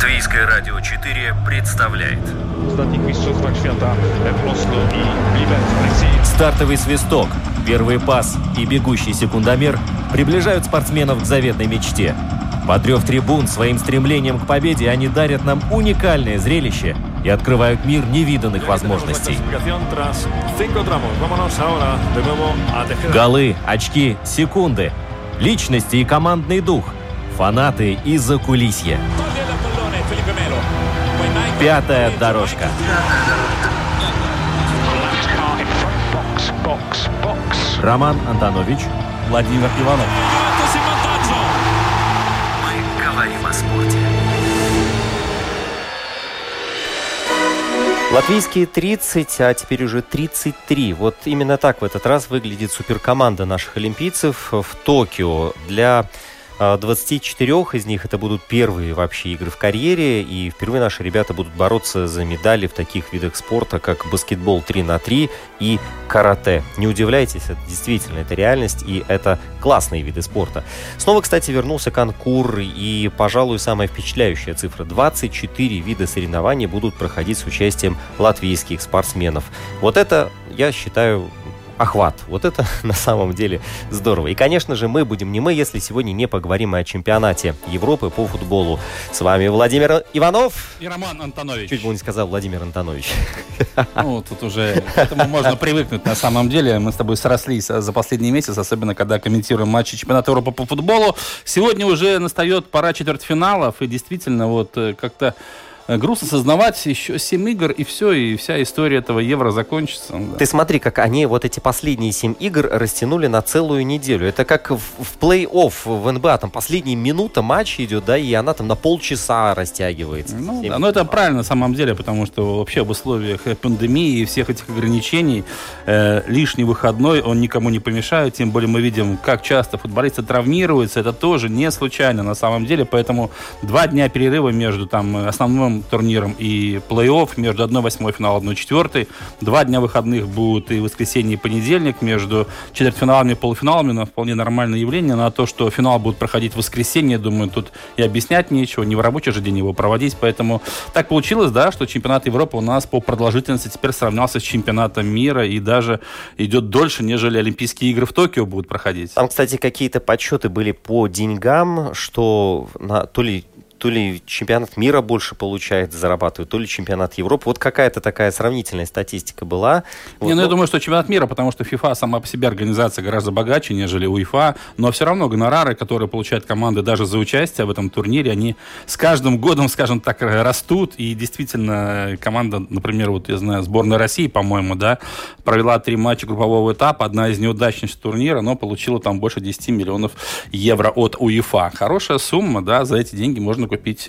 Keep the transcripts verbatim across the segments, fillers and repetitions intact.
Латвийское радио четыре представляет стартовый свисток, первый пас и бегущий секундомер приближают спортсменов к заветной мечте. Подрев трибун своим стремлением к победе, они дарят нам уникальное зрелище и открывают мир невиданных возможностей. Голы, очки, секунды, личности и командный дух, фанаты и закулисье. Пятая дорожка. Роман Антонович, Владимир Иванов. Мы говорим о спорте. Латвийские тридцать, а теперь уже тридцать три. Вот именно так в этот раз выглядит суперкоманда наших олимпийцев в Токио. Для двадцати четырёх из них это будут первые вообще игры в карьере, и впервые наши ребята будут бороться за медали в таких видах спорта, как баскетбол три на три и карате. Не удивляйтесь, это действительно это реальность, и это классные виды спорта. Снова, кстати, вернулся конкур, и, пожалуй, самая впечатляющая цифра. двадцать четыре вида соревнований будут проходить с участием латвийских спортсменов. Вот это, я считаю, охват. Вот это на самом деле здорово. И, конечно же, мы будем не мы, если сегодня не поговорим о чемпионате Европы по футболу. С вами Владимир Иванов. И Роман Антонович. Чуть было не сказал Владимир Антонович. Ну, тут уже к этому можно привыкнуть на самом деле. Мы с тобой срослись за последний месяц, особенно когда комментируем матчи чемпионата Европы по футболу. Сегодня уже настает пора четвертьфиналов, и действительно вот как-то грустно сознавать, еще семь игр, и все, и вся история этого Евро закончится. Да. Ты смотри, как они вот эти последние семь игр растянули на целую неделю. Это как в, в плей-офф в эн бэ а, там последняя минута матча идет, да, и она там на полчаса растягивается. Ну, да, но это правильно на самом деле, потому что вообще в условиях пандемии и всех этих ограничений э, лишний выходной, он никому не помешает, тем более мы видим, как часто футболисты травмируются, это тоже не случайно на самом деле, поэтому два дня перерыва между там основным турниром и плей-офф, между одной восьмой финала и одной четвертой. Два дня выходных будут и воскресенье, и понедельник между четвертьфиналами и полуфиналами. Но вполне нормальное явление. На то, что финал будет проходить в воскресенье, думаю, тут и объяснять нечего. Не в рабочий же день его проводить. Поэтому так получилось, да, что чемпионат Европы у нас по продолжительности теперь сравнялся с чемпионатом мира и даже идет дольше, нежели Олимпийские игры в Токио будут проходить. Там, кстати, какие-то подсчеты были по деньгам, что на, то ли то ли чемпионат мира больше получает, зарабатывает, то ли чемпионат Европы. Вот какая-то такая сравнительная статистика была. Не, вот, ну, но... я думаю, что чемпионат мира, потому что ФИФА сама по себе организация гораздо богаче, нежели УЕФА, но все равно гонорары, которые получают команды даже за участие в этом турнире, они с каждым годом, скажем так, растут, и действительно команда, например, вот я знаю, сборная России, по-моему, да, провела три матча группового этапа, одна из неудачнейших турнира, но получила там больше десять миллионов евро от УЕФА. Хорошая сумма, да, за эти деньги можно купить,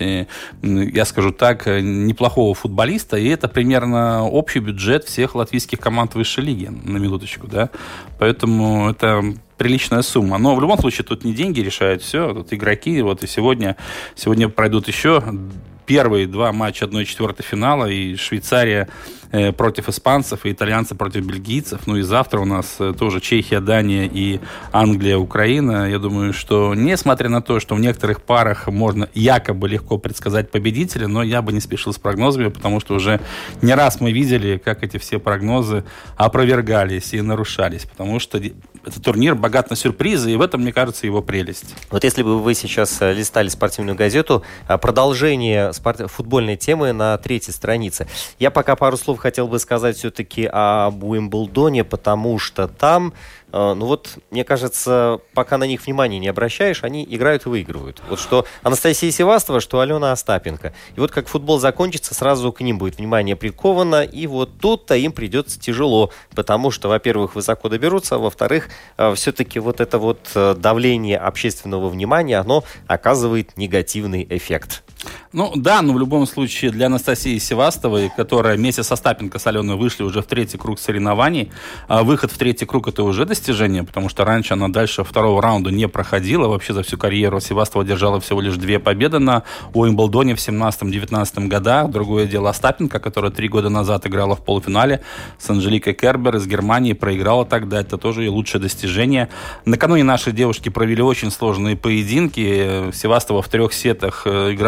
я скажу так, неплохого футболиста, и это примерно общий бюджет всех латвийских команд высшей лиги, на минуточку, да, поэтому это приличная сумма, но в любом случае тут не деньги решают все, тут игроки, вот и сегодня, сегодня пройдут еще первые два матча одной четвертой финала, и Швейцария э, против испанцев, и итальянцы против бельгийцев. Ну и завтра у нас э, тоже Чехия, Дания и Англия, Украина. Я думаю, что несмотря на то, что в некоторых парах можно якобы легко предсказать победителя, но я бы не спешил с прогнозами, потому что уже не раз мы видели, как эти все прогнозы опровергались и нарушались, потому что этот турнир богат на сюрпризы, и в этом, мне кажется, его прелесть. Вот если бы вы сейчас листали спортивную газету, продолжение спорт... футбольной темы на третьей странице. Я пока пару слов хотел бы сказать все-таки об Уимблдоне, потому что там, э, ну вот, мне кажется, пока на них внимания не обращаешь, они играют и выигрывают. Вот что Анастасия Севастова, что Алена Остапенко. И вот как футбол закончится, сразу к ним будет внимание приковано, и вот тут-то им придется тяжело, потому что, во-первых, высоко доберутся, а во-вторых, э, все-таки вот это вот давление общественного внимания, оно оказывает негативный эффект. Ну да, но в любом случае для Анастасии Севастовой, которая вместе с Остапенко с Аленой вышли уже в третий круг соревнований, а выход в третий круг — это уже достижение, потому что раньше она дальше второго раунда не проходила. Вообще за всю карьеру Севастова держала всего лишь две победы на Уимблдоне в семнадцатом-девятнадцатом годах. Другое дело Остапенко, которая три года назад играла в полуфинале с Анжеликой Кербер из Германии, проиграла тогда. Это тоже и лучшее достижение. Накануне наши девушки провели очень сложные поединки. Севастова в трех сетах играла с Мартой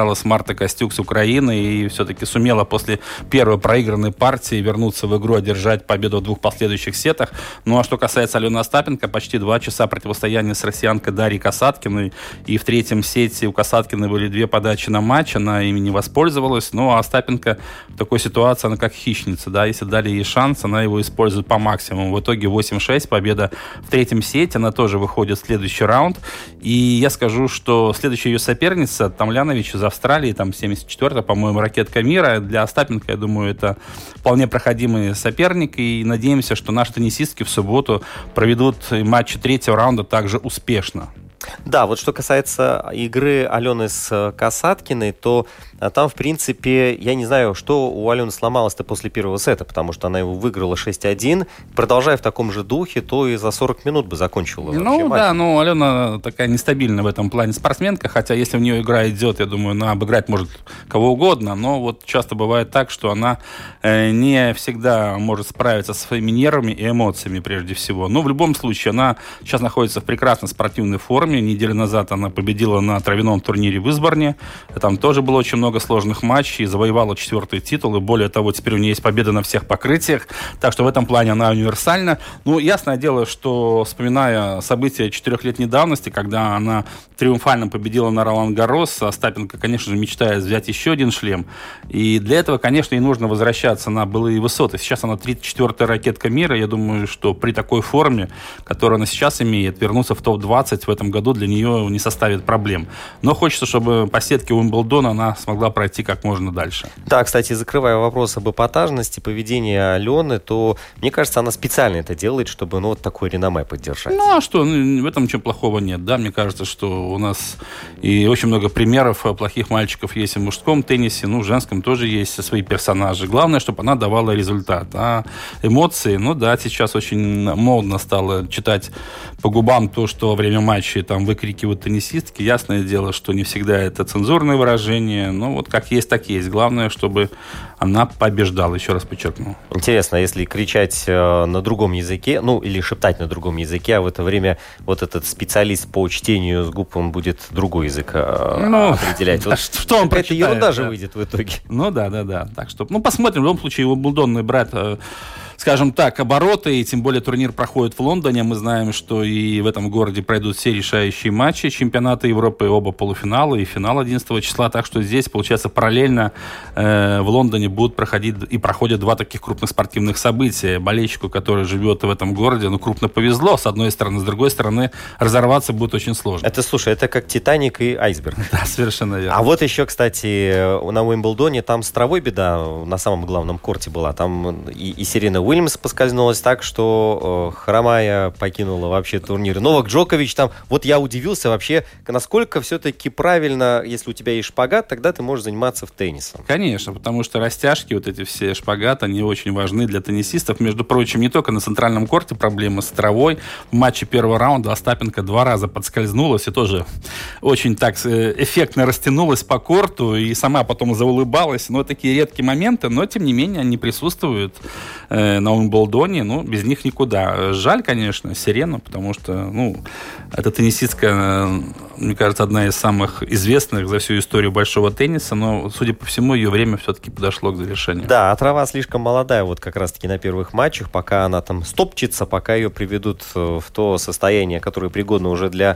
Марта Костюк с Украины и все-таки сумела после первой проигранной партии вернуться в игру, одержать победу в двух последующих сетах. Ну а что касается Алены Остапенко, почти два часа противостояния с россиянкой Дарьей Касаткиной, и в третьем сете у Касаткиной были две подачи на матч, она ими не воспользовалась. Ну а Остапенко в такой ситуации, она как хищница, да, если дали ей шанс, она его использует по максимуму. В итоге восемь шесть, победа в третьем сете, она тоже выходит в следующий раунд. И я скажу, что следующая ее соперница, Томлянович из Австралии, там семьдесят четвёртая, по-моему, ракетка мира. Для Остапенко, я думаю, это вполне проходимый соперник. И надеемся, что наши теннисистки в субботу проведут матчи третьего раунда также успешно. Да, вот что касается игры Алены с Касаткиной, то там, в принципе, я не знаю, что у Алены сломалось-то после первого сета, потому что она его выиграла шесть один. Продолжая в таком же духе, то и за сорок минут бы закончила. Ну матч. Да, ну Алена такая нестабильная в этом плане спортсменка, хотя если в нее игра идет, я думаю, она обыграть может кого угодно, но вот часто бывает так, что она э, не всегда может справиться со своими нервами и эмоциями прежде всего. Но в любом случае она сейчас находится в прекрасной спортивной форме. Неделю назад она победила на травяном турнире в Изборне. Там тоже было очень много сложных матчей, завоевала четвертый титул, и более того, теперь у нее есть победа на всех покрытиях, так что в этом плане она универсальна. Ну, ясное дело, что, вспоминая события четырехлетней давности, когда она триумфально победила на Ролан-Гаррос, Остапенко, конечно же, мечтает взять еще один шлем, и для этого, конечно, ей нужно возвращаться на былые высоты. Сейчас она тридцать четвёртая ракетка мира, я думаю, что при такой форме, которую она сейчас имеет, вернуться в топ двадцать в этом году для нее не составит проблем. Но хочется, чтобы по сетке Уимблдона она смогла пройти как можно дальше. Да, кстати, закрывая вопрос об эпатажности поведения Алены, то, мне кажется, она специально это делает, чтобы, ну, вот такое реноме поддержать. Ну, а что? Ну, в этом ничего плохого нет, да? Мне кажется, что у нас и очень много примеров плохих мальчиков есть и в мужском теннисе, ну, в женском тоже есть свои персонажи. Главное, чтобы она давала результат. А эмоции, ну да, сейчас очень модно стало читать по губам то, что во время матчей там выкрикивают теннисистки. Ясное дело, что не всегда это цензурное выражение. Ну, вот как есть, так есть. Главное, чтобы она побеждала, еще раз подчеркну. Интересно, если кричать э, на другом языке, ну, или шептать на другом языке, а в это время вот этот специалист по чтению с губ, он будет другой язык э, ну, определять. Вот, что он прочитает? Какая-то ерунда да. же выйдет в итоге. Ну, да, да, да. Так что, ну, посмотрим. В любом случае, его Уимблдон брат... Э, скажем так, обороты, и тем более турнир проходит в Лондоне. Мы знаем, что и в этом городе пройдут все решающие матчи чемпионата Европы, оба полуфинала и финал одиннадцатого числа. Так что здесь, получается, параллельно э, в Лондоне будут проходить и проходят два таких крупных спортивных события. Болельщику, который живет в этом городе, ну, крупно повезло, с одной стороны. С другой стороны, разорваться будет очень сложно. Это, слушай, это как Титаник и айсберг. Да, совершенно верно. А вот еще, кстати, на Уимблдоне там с травой беда на самом главном корте была. Там и, и Серена Уильямс поскользнулась так, что э, хромая покинула вообще турнир. Новак Джокович там, вот я удивился вообще, насколько все-таки правильно, если у тебя есть шпагат, тогда ты можешь заниматься в теннисом. Конечно, потому что растяжки, вот эти все шпагаты, они очень важны для теннисистов. Между прочим, не только на центральном корте проблемы с травой. В матче первого раунда Остапенко два раза подскользнулась и тоже очень так эффектно растянулась по корту и сама потом заулыбалась. Но такие редкие моменты, но тем не менее они присутствуют э, на Уимблдоне, ну, без них никуда. Жаль, конечно, Серену, потому что, ну, эта теннисистка, мне кажется, одна из самых известных за всю историю большого тенниса, но, судя по всему, ее время все-таки подошло к завершению. Да, а трава слишком молодая, вот как раз-таки на первых матчах, пока она там стопчется, пока ее приведут в то состояние, которое пригодно уже для,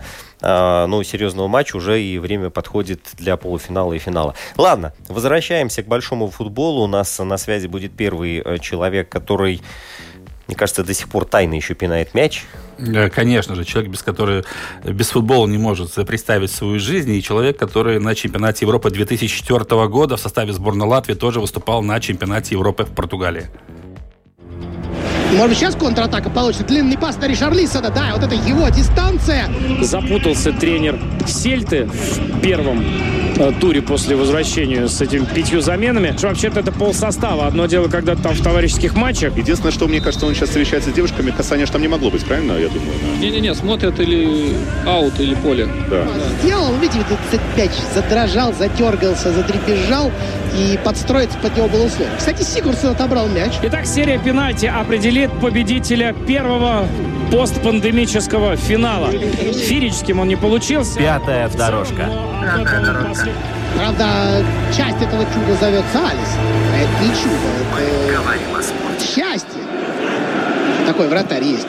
ну, серьезного матча, уже и время подходит для полуфинала и финала. Ладно, возвращаемся к большому футболу. У нас на связи будет первый человек, который, мне кажется, до сих пор тайно еще пинает мяч. Конечно же, человек, без которого без футбола не может представить свою жизнь, и человек, который на чемпионате Европы две тысячи четвёртого года в составе сборной Латвии тоже выступал на чемпионате Европы в Португалии. Может быть, сейчас контратака получится. Длинный пас на Ришарлисона. Да, вот это его дистанция. Запутался тренер Сельты в первом э, туре после возвращения с этими пятью заменами. Вообще-то это полсостава. Одно дело, когда там в товарищеских матчах. Единственное, что, мне кажется, он сейчас встречается с девушками, касания же там не могло быть, правильно, я думаю? Да? Не-не-не, смотрят или аут, или поле. Да. Сделал, видите, этот мяч задрожал, затергался, задребезжал. и подстроиться под него было условие. Кстати, Сигурдссон отобрал мяч. Итак, серия пенальти определит победителя первого постпандемического финала. Феерическим он не получился. Пятая дорожка. Правда, часть этого чуда зовется Алис. А это не чудо, это счастье. Такой вратарь есть.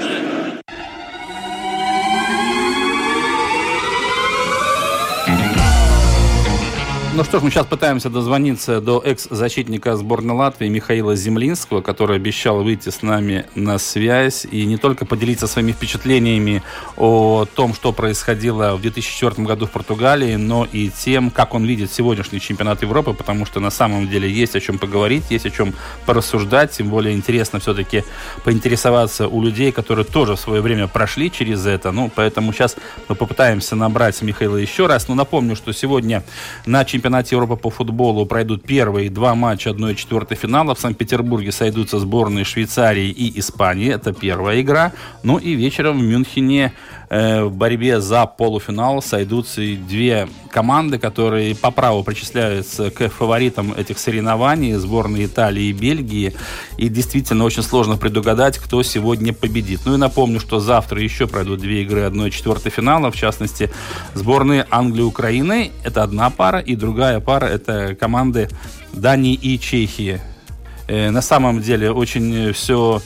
Ну что ж, мы сейчас пытаемся дозвониться до экс-защитника сборной Латвии Михаила Землинского, который обещал выйти с нами на связь и не только поделиться своими впечатлениями о том, что происходило в две тысячи четвёртом году в Португалии, но и тем, как он видит сегодняшний чемпионат Европы, потому что на самом деле есть о чем поговорить, есть о чем порассуждать, тем более интересно все-таки поинтересоваться у людей, которые тоже в свое время прошли через это. Ну, поэтому сейчас мы попытаемся набрать Михаила еще раз. Но напомню, что сегодня на чемпионате В чемпионате Европы по футболу пройдут первые два матча одна четвертая финала. В Санкт-Петербурге сойдутся сборные Швейцарии и Испании. Это первая игра. Ну и вечером в Мюнхене э, в борьбе за полуфинал сойдутся и две команды, которые по праву причисляются к фаворитам этих соревнований. Сборные Италии и Бельгии. И действительно очень сложно предугадать, кто сегодня победит. Ну и напомню, что завтра еще пройдут две игры одна четвертая финала. В частности, сборные Англии и Украины. Это одна пара. И другая Другая пара – это команды Дании и Чехии. Э, на самом деле очень все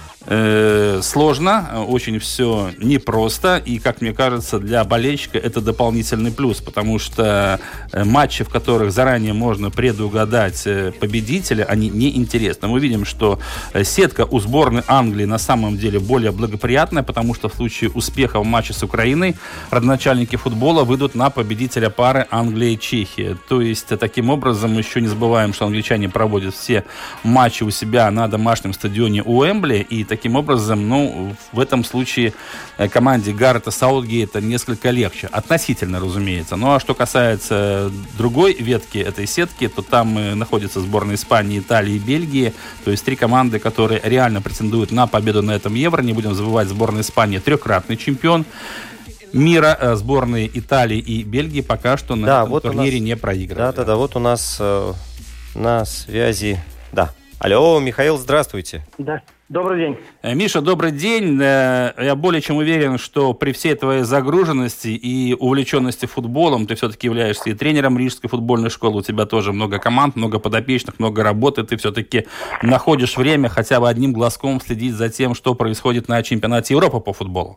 э, сложно, очень все непросто. И, как мне кажется, для болельщика это дополнительный плюс, потому что матчи, в которых заранее можно предугадать победителя, они неинтересны. Мы видим, что сетка у сборной Англии на самом деле более благоприятная, потому что в случае успеха в матче с Украиной родоначальники футбола выйдут на победителя пары Англия и Чехия. То есть, таким образом, еще не забываем, что англичане проводят все матчи у себя на домашнем стадионе Уэмбли, и таким образом, ну, в этом случае команде Гаррета Саутгейта несколько легче. Относительно, разумеется. Ну, а что касается другой ветки этой сетки, то там находятся сборные Испании, Италии и Бельгии. То есть три команды, которые реально претендуют на победу на этом Евро. Не будем забывать, сборная Испании трехкратный чемпион мира. Сборные Италии и Бельгии пока что на да, этом вот турнире нас... не проигрывали. Да-да-да, вот у нас э, на связи... Да. Алло, Михаил, здравствуйте. Да. Добрый день. Миша, добрый день. Я более чем уверен, что при всей твоей загруженности и увлеченности футболом, ты все-таки являешься и тренером Рижской футбольной школы, у тебя тоже много команд, много подопечных, много работы, ты все-таки находишь время хотя бы одним глазком следить за тем, что происходит на чемпионате Европы по футболу.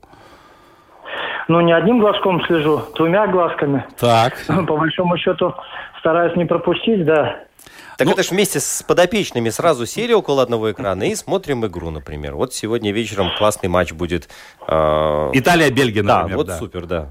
Ну, не одним глазком слежу, двумя глазками. Так. По большому счету стараюсь не пропустить, да. Так ну, это ж вместе с подопечными сразу сели около одного экрана и смотрим игру, например. Вот сегодня вечером классный матч будет. Э... Италия-Бельгия, например. Да, вот да. супер, да.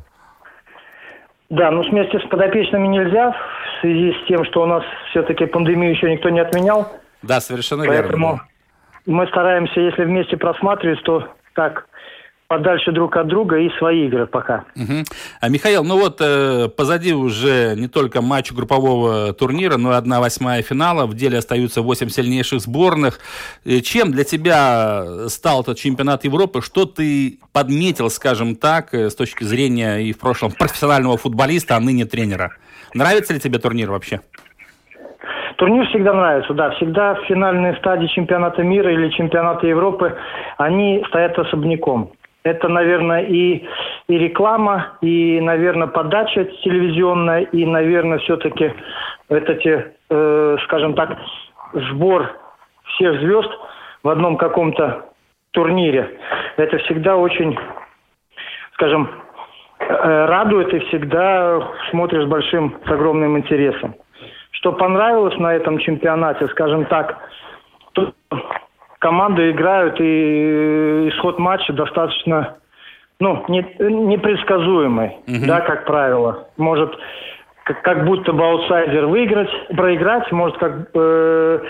Да, ну вместе с подопечными нельзя, в связи с тем, что у нас все-таки пандемию еще никто не отменял. Да, совершенно Поэтому верно. Поэтому мы стараемся, если вместе просматривать, то так... подальше друг от друга и свои игры пока. Угу. А, Михаил, ну вот э, позади уже не только матч группового турнира, но и одна восьмая финала. В деле остаются восемь сильнейших сборных. Чем для тебя стал этот чемпионат Европы? Что ты подметил, скажем так, с точки зрения и в прошлом профессионального футболиста, а ныне тренера? Нравится ли тебе турнир вообще? Турнир всегда нравится, да. Всегда в финальной стадии чемпионата мира или чемпионата Европы они стоят особняком. Это, наверное, и, и реклама, и, наверное, подача телевизионная, и, наверное, все-таки эти, э, скажем так, сбор всех звезд в одном каком-то турнире. Это всегда очень, скажем, э, радует, и всегда смотришь с большим, с огромным интересом. Что понравилось на этом чемпионате, скажем так, то... команды играют, и исход матча достаточно, ну, не, непредсказуемый, uh-huh. да, как правило. Может, как, как будто бы аутсайдер выиграть, проиграть, может, как, э,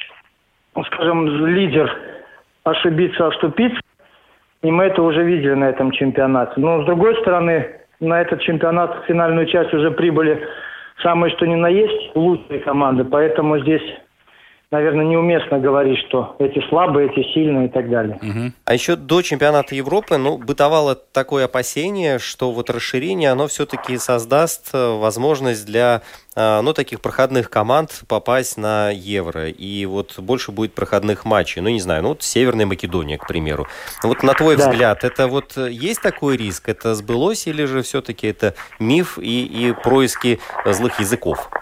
скажем, лидер ошибиться, оступиться. И мы это уже видели на этом чемпионате. Но, с другой стороны, на этот чемпионат, в финальную часть уже прибыли самые что ни на есть лучшие команды, поэтому здесь наверное, неуместно говорить, что эти слабые, эти сильные и так далее. Угу. А еще до чемпионата Европы, ну, бытовало такое опасение, что вот расширение, оно все-таки создаст возможность для, ну, таких проходных команд попасть на Евро. И вот больше будет проходных матчей. Ну, не знаю, ну, вот Северная Македония, к примеру. Вот на твой да. взгляд, это вот есть такой риск? Это сбылось или же все-таки это миф и, и происки злых языков?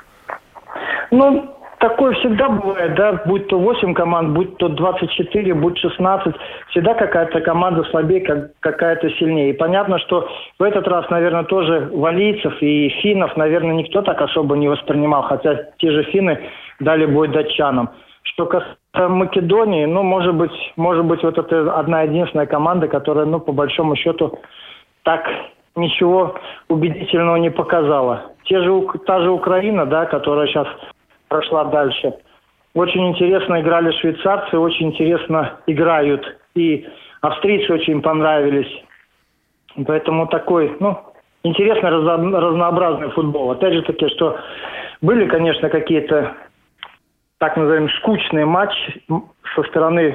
Ну, такое всегда бывает, да, будь то восемь команд, будь то двадцать четыре, будь шестнадцать, всегда какая-то команда слабее, как, какая-то сильнее. И понятно, что в этот раз, наверное, тоже валийцев и финнов, наверное, никто так особо не воспринимал, хотя те же финны дали бой датчанам. Что касается Македонии, ну, может быть, может быть, вот это одна единственная команда, которая, ну, по большому счету, так ничего убедительного не показала. Те же, та же Украина, да, которая сейчас прошла дальше. Очень интересно играли швейцарцы, очень интересно играют. И австрийцы очень понравились. Поэтому такой, ну, интересный, разнообразный футбол. Опять же таки, что были, конечно, какие-то, так называемые, скучные матчи со стороны,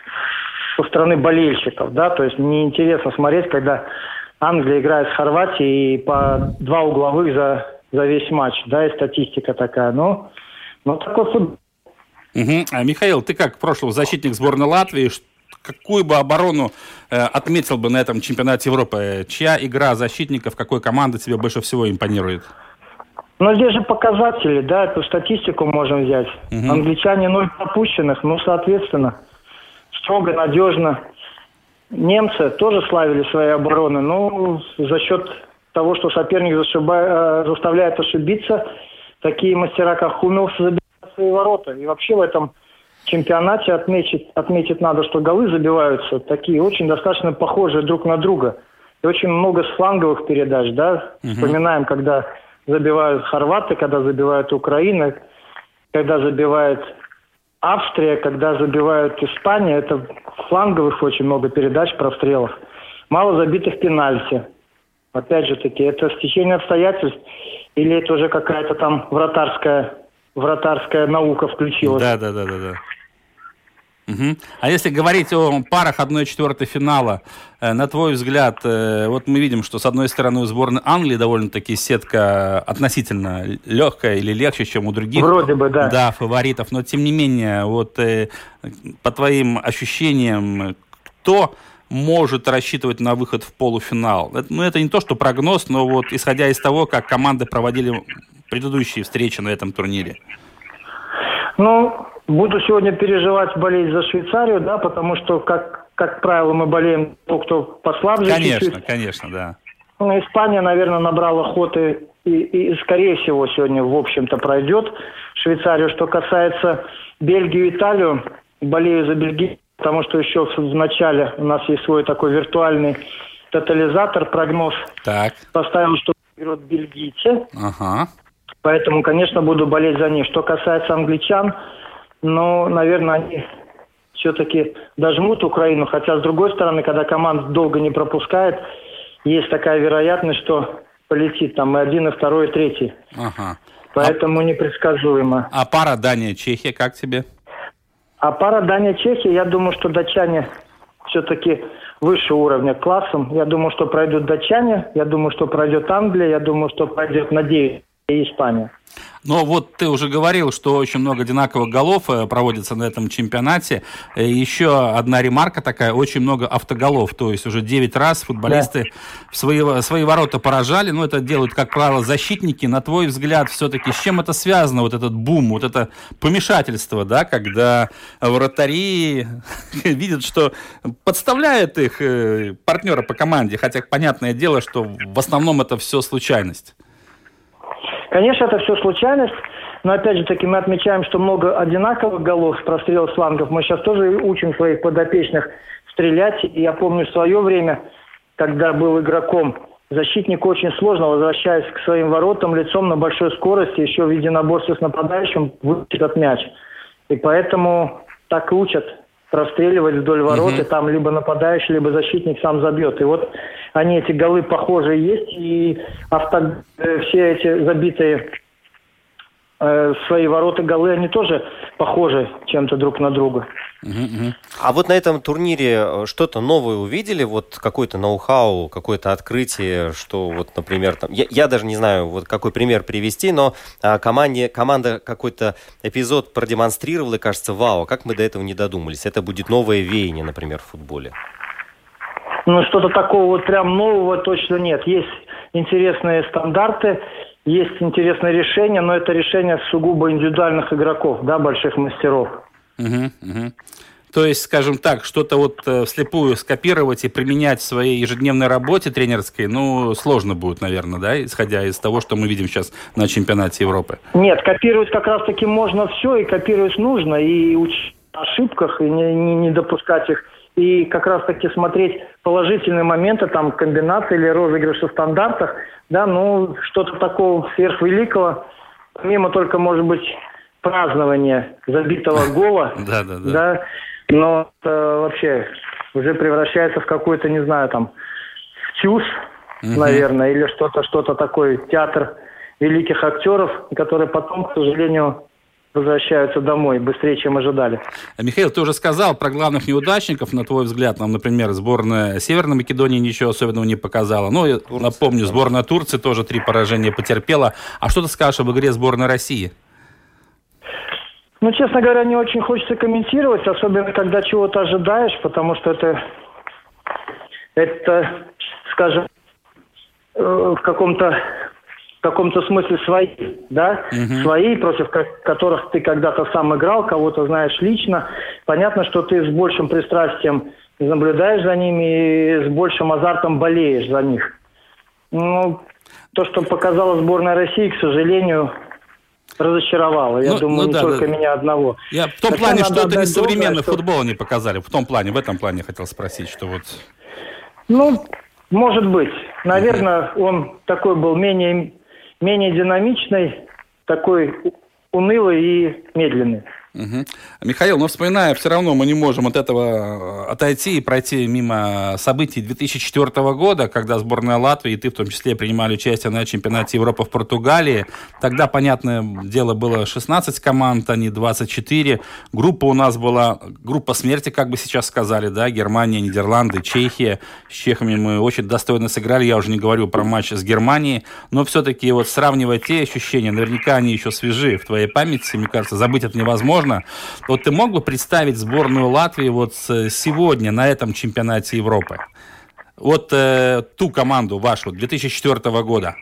со стороны болельщиков, да, то есть неинтересно смотреть, когда Англия играет с Хорватией и по два угловых за, за весь матч, да, и статистика такая, ну, Ну, такой футбол. Угу. А, Михаил, ты как прошлый защитник сборной Латвии, какую бы оборону э, отметил бы на этом чемпионате Европы? Чья игра защитников, какой команды тебе больше всего импонирует? Ну, здесь же показатели, да, эту статистику можем взять. Угу. Англичане ноль пропущенных, ну, соответственно, строго, надежно. Немцы тоже славили свои обороны, но за счет того, что соперник зашиба... заставляет ошибиться, такие мастера, как Хумелс, забивают свои ворота. И вообще в этом чемпионате отметить, отметить надо, что голы забиваются такие очень достаточно похожие друг на друга. И очень много с фланговых передач, да. Uh-huh. Вспоминаем, когда забивают хорваты, когда забивают Украина, когда забивает Австрия, когда забивают Испания. Это фланговых очень много передач, прострелов. Мало забитых пенальти. Опять же таки, это стечение обстоятельств. Или это уже какая-то там вратарская, вратарская наука включилась? Да, да, да, да, да. Угу. А если говорить о парах одной четвертой финала, э, на твой взгляд, э, вот мы видим, что с одной стороны у сборной Англии довольно-таки сетка относительно легкая или легче, чем у других. Вроде бы, да. Да, фаворитов. Но тем не менее, вот э, по твоим ощущениям, кто может рассчитывать на выход в полуфинал? Это, ну, это не то, что прогноз, но вот исходя из того, как команды проводили предыдущие встречи на этом турнире. Ну, буду сегодня переживать, болеть за Швейцарию, да, потому что, как, как правило, мы болеем тот, кто послабже. Конечно, чуть-чуть. конечно, да. Ну, Испания, наверное, набрала ходы и, и, скорее всего, сегодня, в общем-то, пройдет Швейцарию. Что касается Бельгии и Италию, болею за Бельгию, потому что еще в начале у нас есть свой такой виртуальный тотализатор, прогноз. Так. Поставил, что играют бельгийцы. Ага. Поэтому, конечно, буду болеть за них. Что касается англичан, ну, наверное, они все-таки дожмут Украину. Хотя, с другой стороны, когда команда долго не пропускает, есть такая вероятность, что полетит там и один, и второй, и третий. Ага. Поэтому а... непредсказуемо. А пара Дания-Чехия как тебе? А пара Дания-Чехия, я думаю, что датчане все-таки выше уровня классом. Я думаю, что пройдут датчане, я думаю, что пройдет Англия, я думаю, что пройдет, надеюсь, и Испания. Но вот ты уже говорил, что очень много одинаковых голов проводится на этом чемпионате. Еще одна ремарка такая, очень много автоголов. То есть уже девять раз футболисты да. в свои, свои ворота поражали. Но это делают, как правило, защитники. На твой взгляд, все-таки с чем это связано, вот этот бум, вот это помешательство, да, когда вратари видят, что подставляют их партнеры по команде. Хотя, понятное дело, что в основном это все случайность. Конечно, это все случайность, но опять же таки мы отмечаем, что много одинаковых голов с прострелов с флангов. Мы сейчас тоже учим своих подопечных стрелять. И я помню в свое время, когда был игроком, защитнику очень сложно, возвращаясь к своим воротам лицом на большой скорости, еще в единоборстве с нападающим, вытащить этот мяч. И поэтому так и учат простреливать вдоль ворот, и там либо нападающий, либо защитник сам забьет. И вот они, эти голы, похожие есть, и авто, все эти забитые э, свои ворота, голы, они тоже похожи чем-то друг на друга. Uh-huh. А вот на этом турнире что-то новое увидели? Вот какой-то ноу-хау, какое-то открытие, что вот, например, там, я, я даже не знаю, вот какой пример привести, но а, команде, команда какой-то эпизод продемонстрировала, и кажется, вау, как мы до этого не додумались. Это будет новое веяние, например, в футболе. Ну, что-то такого вот прям нового точно нет. Есть интересные стандарты, есть интересные решения, но это решения сугубо индивидуальных игроков, да, больших мастеров. Угу, угу. То есть, скажем так, что-то вот э, вслепую скопировать и применять в своей ежедневной работе тренерской, ну, сложно будет, наверное, да, исходя из того, что мы видим сейчас на чемпионате Европы. Нет, копировать как раз-таки можно все, и копировать нужно, и учить на ошибках, и не, не, не допускать их, и как раз-таки смотреть положительные моменты, там, комбинации или розыгрыши в стандартах, да, ну, что-то такого сверхвеликого, помимо только, может быть, празднование забитого гола, да, да, да. да, но это вообще уже превращается в какой-то, не знаю, там, чушь, угу. наверное, или что-то, что-то такое, театр великих актеров, которые потом, к сожалению, возвращаются домой быстрее, чем ожидали. Михаил, ты уже сказал про главных неудачников, на твой взгляд, нам, например, сборная Северной Македонии ничего особенного не показала. Ну, я Турция, напомню, сборная Турции тоже три поражения потерпела. А что ты скажешь об игре сборной России? Ну, честно говоря, не очень хочется комментировать, особенно когда чего-то ожидаешь, потому что это, это, скажем, в каком-то, в каком-то смысле свои, да, угу. свои, против которых ты когда-то сам играл, кого-то знаешь лично. Понятно, что ты с большим пристрастием наблюдаешь за ними и с большим азартом болеешь за них. Ну, то, что показала сборная России, к сожалению, разочаровало. Я ну, думаю, ну, не да, только да. меня одного. Я в том Хотя плане, что это не современный что... футбол не показали. В том плане, в этом плане я хотел спросить, что вот... Ну, может быть. Наверное, uh-huh. он такой был менее, менее динамичный, такой унылый и медленный. Угу. Михаил, но вспоминая, все равно мы не можем от этого отойти и пройти мимо событий две тысячи четвёртого года, когда сборная Латвии и ты в том числе принимали участие на чемпионате Европы в Португалии. Тогда, понятное дело, было шестнадцать команд, а не двадцать четыре. Группа у нас была, группа смерти, как бы сейчас сказали, да, Германия, Нидерланды, Чехия. С чехами мы очень достойно сыграли, я уже не говорю про матч с Германией, но все-таки вот сравнивая те ощущения, наверняка они еще свежи в твоей памяти, мне кажется, забыть это невозможно. Вот ты мог бы представить сборную Латвии вот сегодня на этом чемпионате Европы? Вот э, ту команду вашу две тысячи четвёртого года.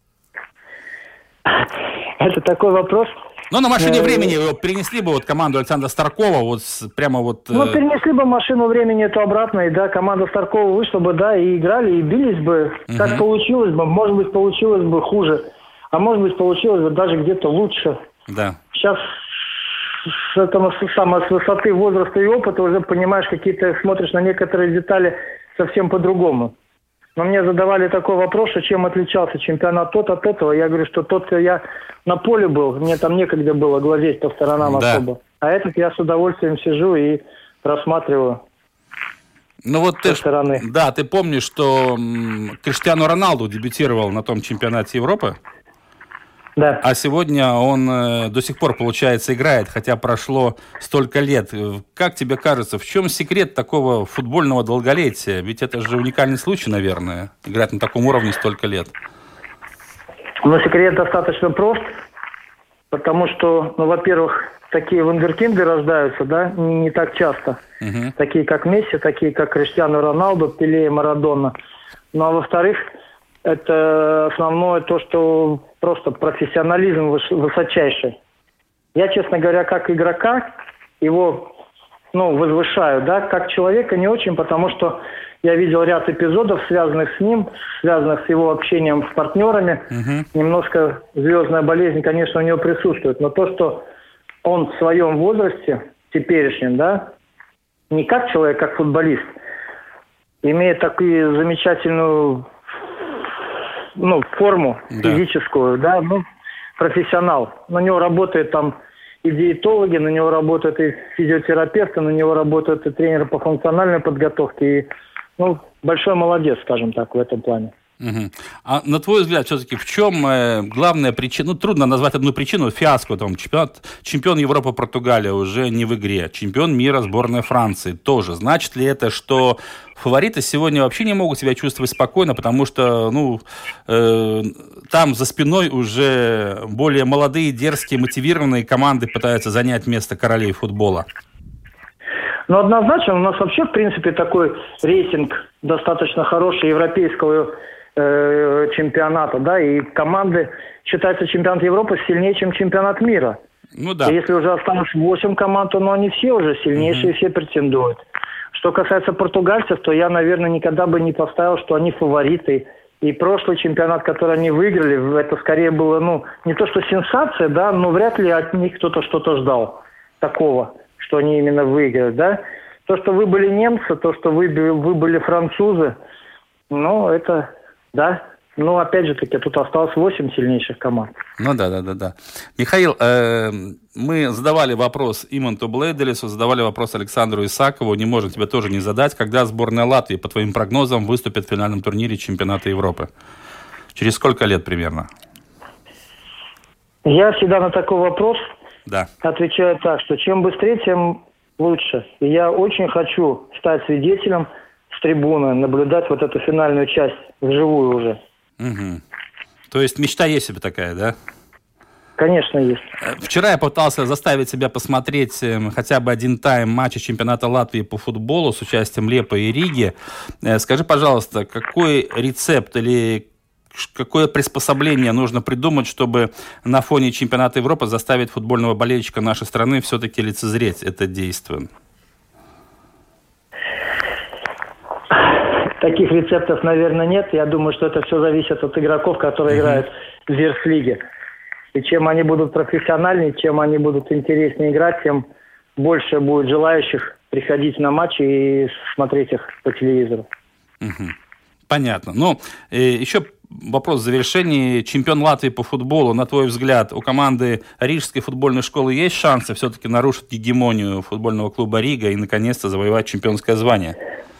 Это такой вопрос. Ну, на машине времени вот, перенесли бы вот команду Александра Старкова, вот прямо вот... Э... Ну, перенесли бы машину времени, то обратно, и да, команда Старкова вышла бы, да, и играли, и бились бы. Угу. Как получилось бы, может быть, получилось бы хуже, а может быть, получилось бы даже где-то лучше. Да. Сейчас... С, этого, самого, с высоты возраста и опыта уже понимаешь, какие-то смотришь на некоторые детали совсем по-другому. Но мне задавали такой вопрос, что чем отличался чемпионат тот от этого. Я говорю, что тот я на поле был, мне там некогда было глазеть по сторонам да. особо. А этот я с удовольствием сижу и рассматриваю. Ну вот ты, стороны. Да, ты помнишь, что м, Криштиану Роналду дебютировал на том чемпионате Европы? Да. А сегодня он э, до сих пор, получается, играет, хотя прошло столько лет. Как тебе кажется, в чем секрет такого футбольного долголетия? Ведь это же уникальный случай, наверное, играть на таком уровне столько лет. Ну, секрет достаточно прост, потому что, ну, во-первых, такие вундеркинды рождаются, да, не, не так часто. Угу. Такие, как Месси, такие, как Криштиану Роналду, Пеле и Марадона. Ну, а во-вторых, это основное то, что просто профессионализм высочайший. Я, честно говоря, как игрока его, ну, возвышаю, да, как человека не очень, потому что я видел ряд эпизодов, связанных с ним, связанных с его общением с партнерами. Uh-huh. Немножко звездная болезнь, конечно, у него присутствует, но то, что он в своем возрасте, теперешнем, да, не как человек, как футболист, имеет такую замечательную, ну, форму да. физическую, да, ну, профессионал. На него работают там и диетологи, на него работают и физиотерапевты, на него работают и тренеры по функциональной подготовке. И, ну, большой молодец, скажем так, в этом плане. Угу. А на твой взгляд, все-таки в чем э, главная причина? Ну, трудно назвать одну причину. Фиаско, там, чемпионат, чемпион Европы Португалия уже не в игре. Чемпион мира сборная Франции тоже. Значит ли это, что фавориты сегодня вообще не могут себя чувствовать спокойно, потому что, ну, э, там за спиной уже более молодые, дерзкие, мотивированные команды пытаются занять место королей футбола? Ну, однозначно, у нас вообще, в принципе, такой рейтинг достаточно хороший европейского э, чемпионата, да, и команды, считается, чемпионат Европы сильнее, чем чемпионат мира. Ну да. И если уже осталось восемь команд, то ну, они все уже сильнейшие, mm-hmm. все претендуют. Что касается португальцев, то я, наверное, никогда бы не поставил, что они фавориты. И прошлый чемпионат, который они выиграли, это скорее было, ну, не то что сенсация, да, но вряд ли от них кто-то что-то ждал такого, что они именно выиграют, да. То, что вы были немцы, то, что вы, вы были французы, ну, это, да. Ну, опять же таки, тут осталось восемь сильнейших команд. Ну, да, да, да, да. Михаил, э, мы задавали вопрос Иманту Блейделису, задавали вопрос Александру Исакову, не можем тебе тоже не задать, когда сборная Латвии, по твоим прогнозам, выступит в финальном турнире чемпионата Европы? Через сколько лет примерно? Я всегда на такой вопрос да. отвечаю так, что чем быстрее, тем лучше. И я очень хочу стать свидетелем с трибуны, наблюдать вот эту финальную часть вживую уже. Угу. То есть мечта есть у тебя такая, да? Конечно, есть. Вчера я пытался заставить себя посмотреть хотя бы один тайм матча чемпионата Латвии по футболу с участием Лепо и Риги. Скажи, пожалуйста, какой рецепт или какое приспособление нужно придумать, чтобы на фоне чемпионата Европы заставить футбольного болельщика нашей страны все-таки лицезреть это действие? Таких рецептов, наверное, нет. Я думаю, что это все зависит от игроков, которые mm-hmm. играют в верхлиге. И чем они будут профессиональнее, чем они будут интереснее играть, тем больше будет желающих приходить на матчи и смотреть их по телевизору. Mm-hmm. Понятно. Ну, э, еще вопрос в завершении. Чемпион Латвии по футболу, на твой взгляд, у команды Рижской футбольной школы есть шансы все-таки нарушить гегемонию футбольного клуба Рига и, наконец-то, завоевать чемпионское звание?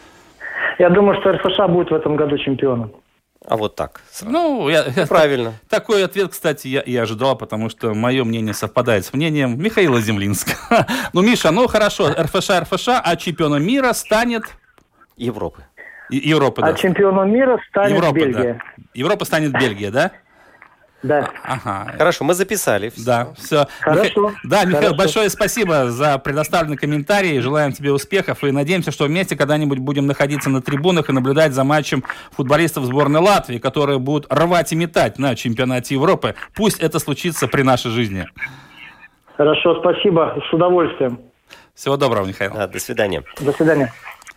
Я думаю, что РФШ будет в этом году чемпионом. А вот так. Ну, я, я, правильно. Такой ответ, кстати, я и ожидал, потому что мое мнение совпадает с мнением Михаила Землинского. Ну, Миша, ну хорошо, РФШ, РФШ, а чемпионом мира станет... Европы. Европа, да. А чемпионом мира станет Европа, Бельгия. Да. Европа станет Бельгия, да? Да. Ага. Хорошо, мы записали. Все. Да, все. Хорошо. Миха... Да, Михаил, Хорошо. большое спасибо за предоставленный комментарий. Желаем тебе успехов и надеемся, что вместе когда-нибудь будем находиться на трибунах и наблюдать за матчем футболистов сборной Латвии, которые будут рвать и метать на чемпионате Европы. Пусть это случится при нашей жизни. Хорошо, спасибо. С удовольствием. Всего доброго, Михаил. Да, до свидания. До свидания.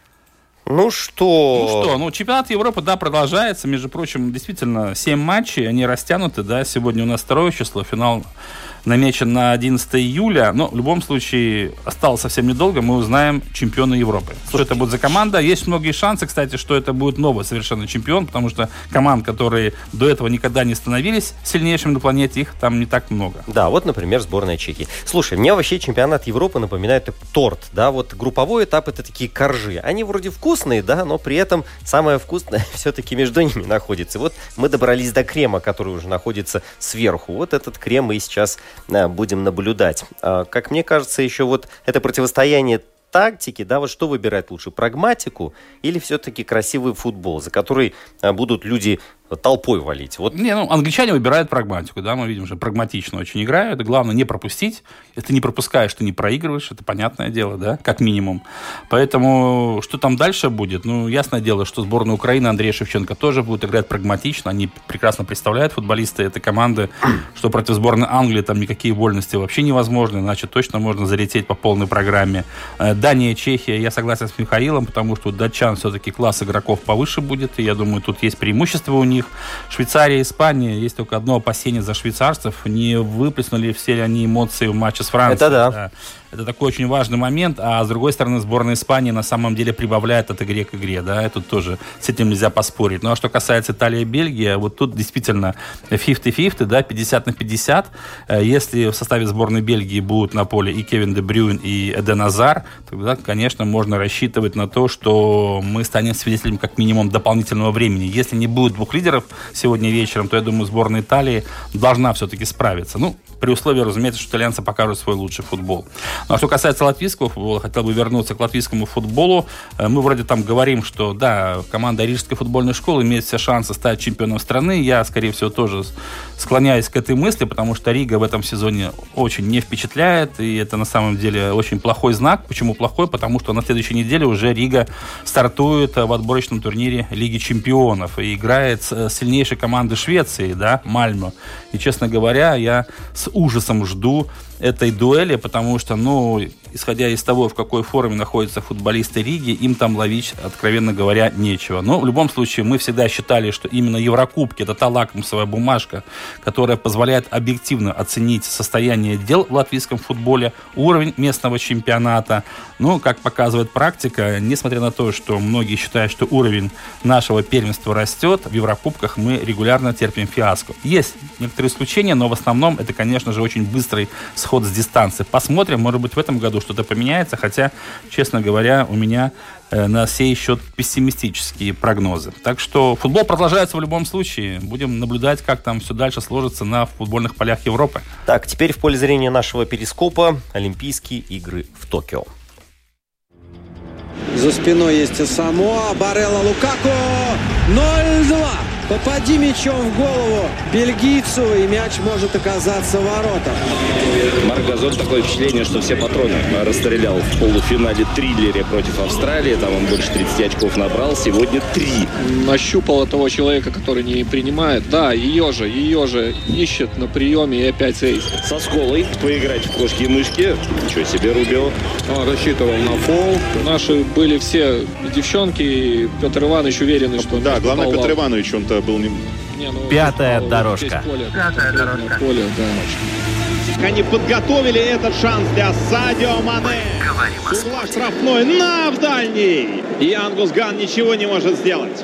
Ну что? Ну что, ну чемпионат Европы, да, продолжается. Между прочим, действительно, семь матчей, они растянуты, да. Сегодня у нас второе число, финал намечен на одиннадцатое июля. Но в любом случае осталось совсем недолго, мы узнаем чемпиона Европы. Что это будет за команда? Есть многие шансы, кстати, что это будет новый совершенно чемпион, потому что команд, которые до этого никогда не становились сильнейшими на планете, их там не так много. Да, вот, например, сборная Чехии. Слушай, мне вообще чемпионат Европы напоминает торт, да, вот групповой этап — это такие коржи. Они вроде вкусные, да, но при этом самое вкусное все-таки между ними находится. Вот мы добрались до крема, который уже находится сверху. Вот этот крем мы сейчас будем наблюдать. Как мне кажется, еще вот это противостояние тактики, да, вот что выбирать лучше, прагматику или все-таки красивый футбол, за который будут люди толпой валить? Вот. Не, ну, англичане выбирают прагматику, да, мы видим, что прагматично очень играют, главное не пропустить, если ты не пропускаешь, ты не проигрываешь, это понятное дело, да, как минимум. Поэтому, что там дальше будет, ну, ясное дело, что сборная Украины, Андрей Шевченко тоже будет играть прагматично, они прекрасно представляют футболисты этой команды, что против сборной Англии там никакие вольности вообще невозможны, значит, точно можно залететь по полной программе. Дания, Чехия, я согласен с Михаилом, потому что у датчан все-таки класс игроков повыше будет, и я думаю, тут есть преимущество у них. Швейцария, Испания, есть только одно опасение за швейцарцев. Не выплеснули все ли они эмоции в матче с Францией. Это да. Это такой очень важный момент, а с другой стороны, сборная Испании на самом деле прибавляет от игры к игре, да, и тут тоже с этим нельзя поспорить. Ну, а что касается Италии и Бельгии, вот тут действительно пятьдесят на пятьдесят, да, пятьдесят на пятьдесят. Если в составе сборной Бельгии будут на поле и Кевин Де Брюйн, и Эден Азар, тогда, конечно, можно рассчитывать на то, что мы станем свидетелями как минимум дополнительного времени. Если не будет двух лидеров сегодня вечером, то, я думаю, сборная Италии должна все-таки справиться. Ну, при условии, разумеется, что итальянцы покажут свой лучший футбол. Ну, а что касается латвийского футбола, хотел бы вернуться к латвийскому футболу. Мы вроде там говорим, что, да, команда Рижской футбольной школы имеет все шансы стать чемпионом страны. Я, скорее всего, тоже склоняюсь к этой мысли, потому что Рига в этом сезоне очень не впечатляет, и это на самом деле очень плохой знак. Почему плохой? Потому что на следующей неделе уже Рига стартует в отборочном турнире Лиги чемпионов и играет с сильнейшей командой Швеции, да, Мальмо. И, честно говоря, я с ужасом жду этой дуэли, потому что, ну, исходя из того, в какой форме находятся футболисты Риги, им там ловить, откровенно говоря, нечего. Но в любом случае мы всегда считали, что именно Еврокубки — это та лакмусовая бумажка, которая позволяет объективно оценить состояние дел в латвийском футболе, уровень местного чемпионата. Ну, как показывает практика, несмотря на то, что многие считают, что уровень нашего первенства растет, в Еврокубках мы регулярно терпим фиаско. Есть некоторые исключения, но в основном это, конечно же, очень быстрый сход с дистанции. Посмотрим, может быть, в этом году что-то поменяется, хотя, честно говоря, у меня э, на сей счет пессимистические прогнозы. Так что футбол продолжается в любом случае. Будем наблюдать, как там все дальше сложится на футбольных полях Европы. Так, теперь в поле зрения нашего перископа Олимпийские игры в Токио. За спиной есть Самоа, Барелла, Лукаку, ноль-два. Попади мячом в голову бельгийцу, и мяч может оказаться в воротах. Марк Газон, такое впечатление, что все патроны расстрелял в полуфинале Триллере против Австралии. Там он больше тридцати очков набрал, сегодня три. Нащупал того человека, который не принимает. Да, ее же, ее же ищет на приеме, и опять эйс. Со Сколой поиграть в кошки-мышки. Ничего себе, Рубио. Он рассчитывал на фол. Наши были все девчонки, и Петр Иванович уверенный, что... Да, главное, Петр Иванович, он-то был не... Не, ну, Пятая дорожка. Поле, Пятая дорожка. Поле, да. Они подготовили этот шанс для Садио Мане. С угла штрафной на в дальний. И Ангус Ган ничего не может сделать.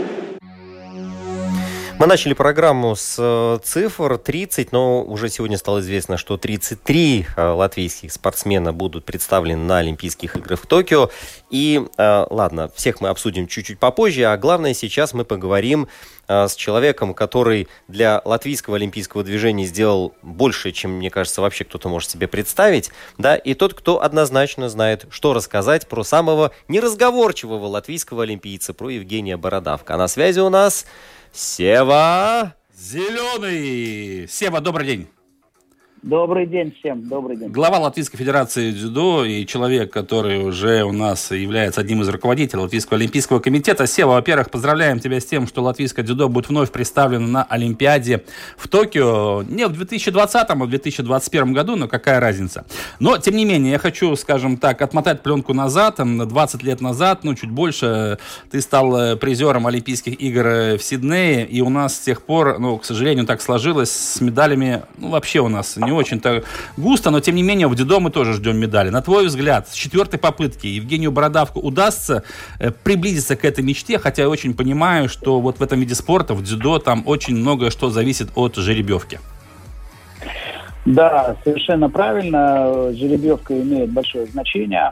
Мы начали программу с цифр тридцать, но уже сегодня стало известно, что тридцать три латвийских спортсмена будут представлены на Олимпийских играх в Токио. И, ладно, всех мы обсудим чуть-чуть попозже, а главное, сейчас мы поговорим с человеком, который для латвийского олимпийского движения сделал больше, чем, мне кажется, вообще кто-то может себе представить, да, и тот, кто однозначно знает, что рассказать про самого неразговорчивого латвийского олимпийца, про Евгения Бородавка. А на связи у нас Сева Зеленый. Сева, добрый день. Добрый день всем, добрый день. Глава Латвийской Федерации дзюдо и человек, который уже у нас является одним из руководителей Латвийского Олимпийского комитета. Сева, во-первых, поздравляем тебя с тем, что латвийское дзюдо будет вновь представлено на Олимпиаде в Токио. Не в две тысячи двадцатом, а в две тысячи двадцать первом году, но какая разница. Но, тем не менее, я хочу, скажем так, отмотать пленку назад, на двадцать лет назад, ну, чуть больше, ты стал призером Олимпийских игр в Сиднее, и у нас с тех пор, ну, к сожалению, так сложилось с медалями, ну, вообще у нас не очень-то густо, но тем не менее в дзюдо мы тоже ждем медали. На твой взгляд, с четвертой попытки Евгению Бородавку удастся э, приблизиться к этой мечте, хотя я очень понимаю, что вот в этом виде спорта, в дзюдо, там очень многое что зависит от жеребьевки. Да, совершенно правильно. Жеребьевка имеет большое значение.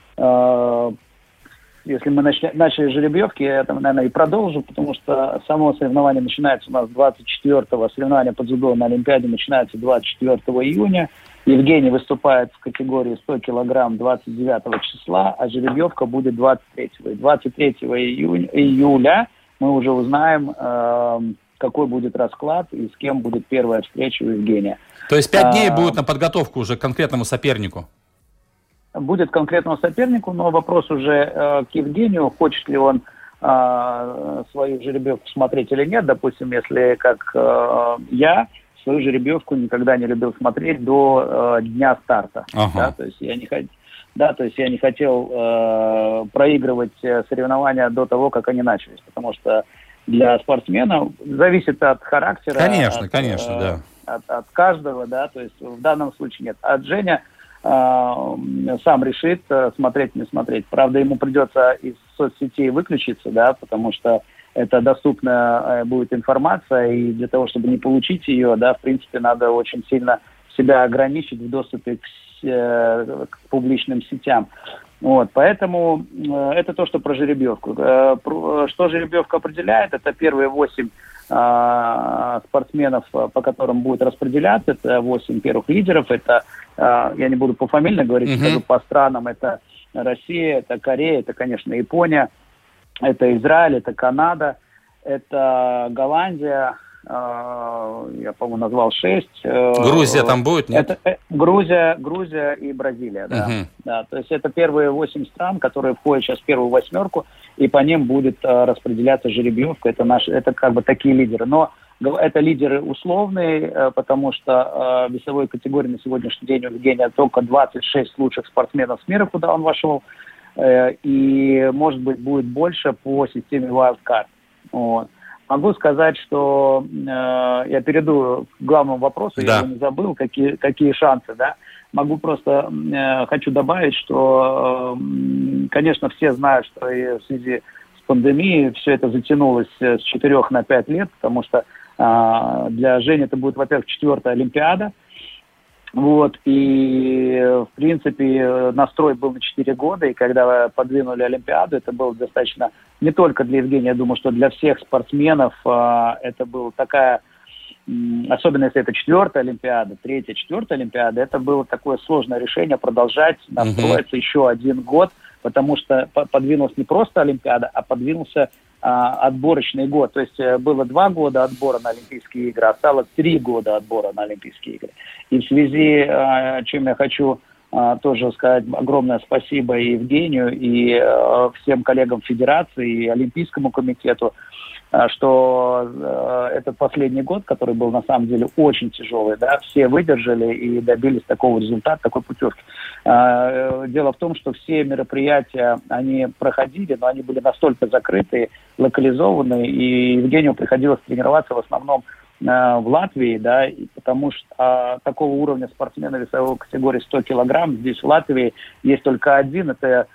Если мы начали с жеребьевки, я там, наверное, и продолжу, потому что само соревнование начинается у нас двадцать четвёртого, соревнование по дзюдо на Олимпиаде начинается двадцать четвёртого июня. Евгений выступает в категории сто килограмм двадцать девятого числа, а жеребьевка будет двадцать третьего. И двадцать третьего июня, июля мы уже узнаем, э, какой будет расклад и с кем будет первая встреча у Евгения. То есть пять дней а, будет на подготовку уже к конкретному сопернику? Будет конкретному сопернику, но вопрос уже э, к Евгению, хочет ли он э, свою жеребьевку смотреть или нет. Допустим, если как э, я свою жеребьевку никогда не любил смотреть до э, дня старта. Ага. Да, то есть я не хотел, да, то есть я не хотел э, проигрывать соревнования до того, как они начались, потому что для спортсмена зависит от характера. Конечно, от, конечно, э, да. От, от каждого, да, то есть в данном случае нет. От Женя сам решит, смотреть, не смотреть. Правда, ему придется из соцсетей выключиться, да, потому что это доступная будет информация, и для того, чтобы не получить ее, да, в принципе, надо очень сильно себя ограничить в доступе к, к публичным сетям. Вот, поэтому э, это то, что про жеребьевку. Э, про, что жеребьевка определяет, это первые восемь э, спортсменов, по которым будет распределяться, это восемь первых лидеров, это, э, я не буду пофамильно говорить, mm-hmm. скажу по странам, это Россия, это Корея, это, конечно, Япония, это Израиль, это Канада, это Голландия, я, по-моему, назвал шесть. Грузия там будет, нет? Это Грузия, Грузия и Бразилия, да. Uh-huh. Да. То есть это первые восемь стран, которые входят сейчас в первую восьмерку, и по ним будет распределяться жеребьевка. Это наши, это как бы такие лидеры. Но это лидеры условные, потому что в весовой категории на сегодняшний день у Евгения только двадцать шесть лучших спортсменов с мира, куда он вошел, и, может быть, будет больше по системе Wildcard. Вот. Могу сказать, что э, я перейду к главному вопросу, да. Я его не забыл, какие, какие шансы, да. Могу просто, э, хочу добавить, что, э, конечно, все знают, что и в связи с пандемией все это затянулось с четырёх на пять лет, потому что э, для Жени это будет, во-первых, четвертая Олимпиада. Вот, и, в принципе, настрой был на четыре года, и когда подвинули Олимпиаду, это было достаточно, не только для Евгения, я думаю, что для всех спортсменов а, это была такая, особенно если это четвертая Олимпиада, третья, четвертая Олимпиада, это было такое сложное решение продолжать настроиться mm-hmm. еще один год, потому что подвинулась не просто Олимпиада, а подвинулся а, отборочный год. То есть было два года отбора на Олимпийские игры, осталось три года отбора на Олимпийские игры. И в связи, а, чем я хочу а, тоже сказать огромное спасибо и Евгению, и а, всем коллегам Федерации, и Олимпийскому комитету, а, что а, этот последний год, который был на самом деле очень тяжелый, да, все выдержали и добились такого результата, такой путевки. А, дело в том, что все мероприятия, они проходили, но они были настолько закрытые, локализованные, и Евгению приходилось тренироваться в основном в Латвии, да, и потому что а, такого уровня спортсмена весовой категории сто килограмм здесь в Латвии есть только один, это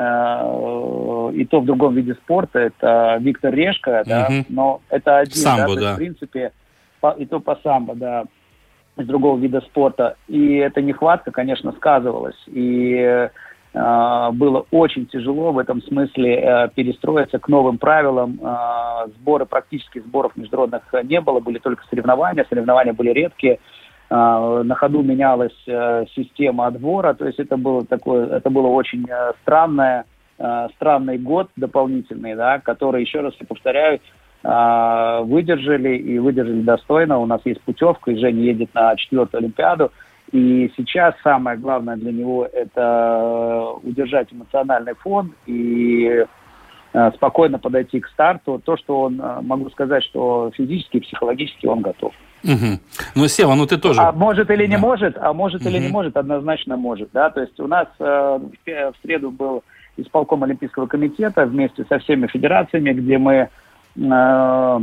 а, и то в другом виде спорта, это Виктор Решка, да, mm-hmm. но это один, самбо, да, да. То есть, в принципе, по, и то по самбо, да, из другого вида спорта, и эта нехватка, конечно, сказывалась, и было очень тяжело в этом смысле перестроиться к новым правилам. Сборы, практически сборов международных не было, были только соревнования, соревнования были редкие. На ходу менялась система отбора, то есть это было такое, это было очень странное, странный год дополнительный, да, который, еще раз я повторяю, выдержали и выдержали достойно. У нас есть путевка, и Женя едет на четвертую Олимпиаду. И сейчас самое главное для него – это удержать эмоциональный фон и э, спокойно подойти к старту. То, что он, могу сказать, что физически и психологически он готов. Угу. Ну, Сева, ну ты тоже... А может или не да. может, а может угу. или не может, однозначно может. Да? То есть у нас э, в среду был исполком Олимпийского комитета вместе со всеми федерациями, где мы... Э,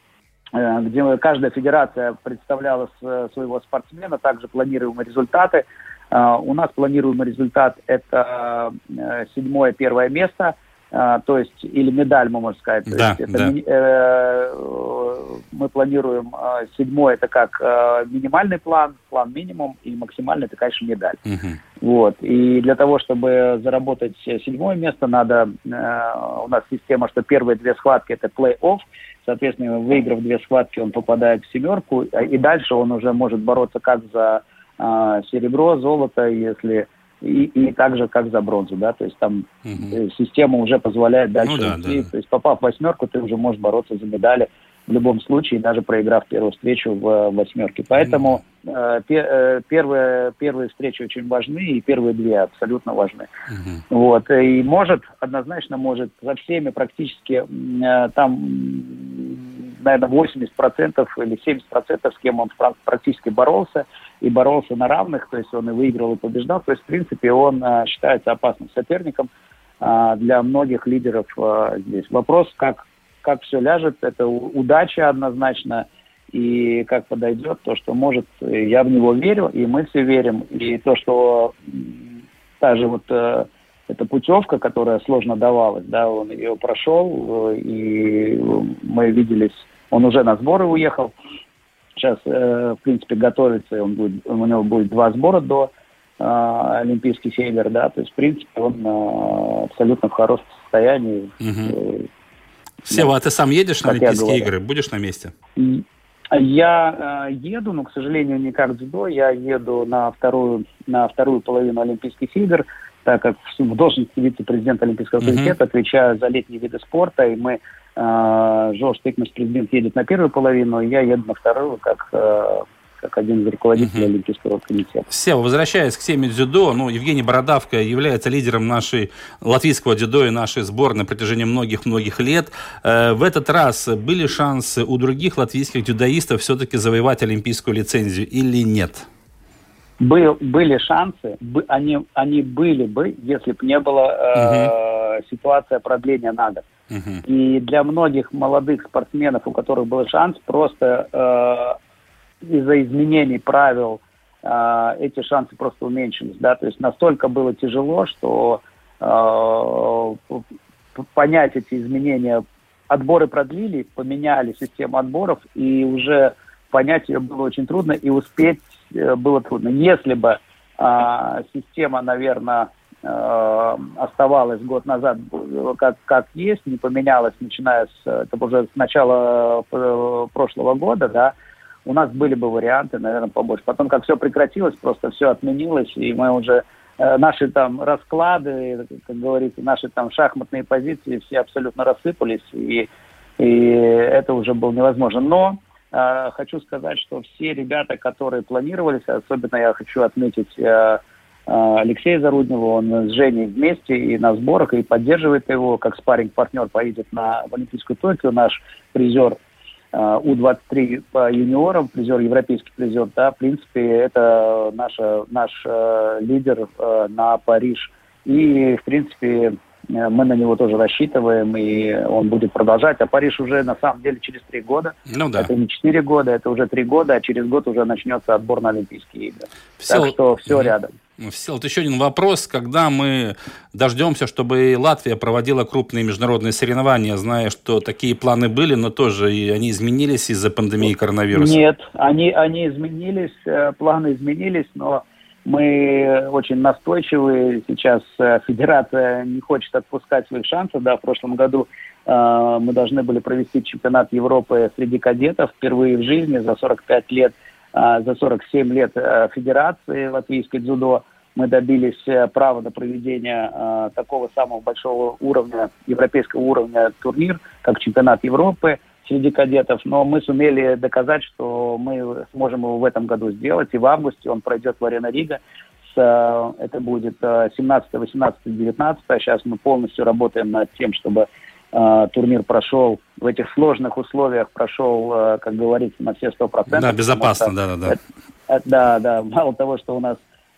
где каждая федерация представляла своего спортсмена, также планируемые результаты. У нас планируемый результат – это седьмое, первое место, то есть, или медаль, мы можем сказать. То да, есть это да. ми, э, мы планируем седьмое – это как минимальный план, план минимум, и максимальный – это, конечно, медаль. Угу. Вот. И для того, чтобы заработать седьмое место, надо, у нас система, что первые две схватки – это плей-офф. Соответственно, выиграв две схватки, он попадает в семерку, и дальше он уже может бороться как за э, серебро, золото, если и, и так же, как за бронзу, да, то есть там угу. система уже позволяет дальше ну, да, идти, да. то есть попав в восьмерку, ты уже можешь бороться за медали в любом случае, даже проиграв первую встречу в восьмерке. Поэтому э, пе- первые, первые встречи очень важны, и первые две абсолютно важны. Uh-huh. Вот. И может, однозначно может, за всеми практически э, там, наверное, восемьдесят процентов или семьдесят процентов, с кем он практически боролся, и боролся на равных, то есть он и выиграл, и побеждал. То есть, в принципе, он э, считается опасным соперником э, для многих лидеров э, здесь. Вопрос, как как все ляжет, это удача однозначно и как подойдет, то, что может, я в него верю, и мы все верим. И то, что та же вот э, эта путевка, которая сложно давалась, да, он ее прошел, и мы виделись, он уже на сборы уехал. Сейчас, э, в принципе, готовится, он будет, у него будет два сбора до э, Олимпийских игр, да, то есть, в принципе, он э, абсолютно в хорошем состоянии. Угу. Сева, а ты сам едешь на Олимпийские игры? Будешь на месте? Я э, еду, но, к сожалению, не как дзюдо. Я еду на вторую, на вторую половину Олимпийских игр, так как в должности вице-президента Олимпийского комитета uh-huh. отвечаю за летние виды спорта, и мы, э, Жорж Тыкмас, президент, едет на первую половину, и я еду на вторую, как... Э, как один из руководителей uh-huh. Олимпийского комитета. Сева, возвращаясь к теме дзюдо, ну, Евгений Бородавка является лидером нашей латвийского дзюдо и нашей сборной на протяжении многих-многих лет. Э, в этот раз были шансы у других латвийских дзюдоистов все-таки завоевать олимпийскую лицензию или нет? Был, были шансы, они, они были бы, если бы не было э, uh-huh. ситуация продления на год. Uh-huh. И для многих молодых спортсменов, у которых был шанс, просто... Э, из-за изменений правил э, эти шансы просто уменьшились, да, то есть настолько было тяжело, что э, понять эти изменения, отборы продлили, поменяли систему отборов, и уже понять ее было очень трудно, и успеть э, было трудно. Если бы э, система, наверное, э, оставалась год назад как, как есть, не поменялась, начиная с, это уже с начала э, прошлого года, да, у нас были бы варианты, наверное, побольше. Потом, как все прекратилось, просто все отменилось, и мы уже, э, наши там расклады, как говорится, наши там шахматные позиции все абсолютно рассыпались, и, и это уже было невозможно. Но э, хочу сказать, что все ребята, которые планировались, особенно я хочу отметить э, э, Алексея Заруднева, он с Женей вместе и на сборах, и поддерживает его, как спарринг-партнер поедет на в Олимпийскую Токио, наш призер У двадцать три по юниорам, призер, европейский призер, да, в принципе, это наша, наш э, лидер э, на Париж. И, в принципе, э, мы на него тоже рассчитываем, и он будет продолжать. А Париж уже, на самом деле, через три года. Ну да. Это не четыре года, это уже три года, а через год уже начнется отбор на Олимпийские игры. Все... Так что все mm-hmm. рядом. Вот еще один вопрос. Когда мы дождемся, чтобы Латвия проводила крупные международные соревнования, зная, что такие планы были, но тоже и они изменились из-за пандемии коронавируса? Нет, они, они изменились, планы изменились, но мы очень настойчивы. Сейчас федерация не хочет отпускать своих шансов. Да, в прошлом году э, мы должны были провести чемпионат Европы среди кадетов впервые в жизни за сорок пять лет. За сорок семь лет Федерации латвийской дзюдо мы добились права на проведение э, такого самого большого уровня, европейского уровня турнир, как чемпионат Европы среди кадетов. Но мы сумели доказать, что мы сможем его в этом году сделать. И в августе он пройдет в Арена Рига. С, э, это будет семнадцатого, восемнадцатого, девятнадцатого. Сейчас мы полностью работаем над тем, чтобы э, турнир прошел в этих сложных условиях, прошел, э, как говорится, на все сто процентов. Да, безопасно, да-да-да. Да, да. Мало того, что у нас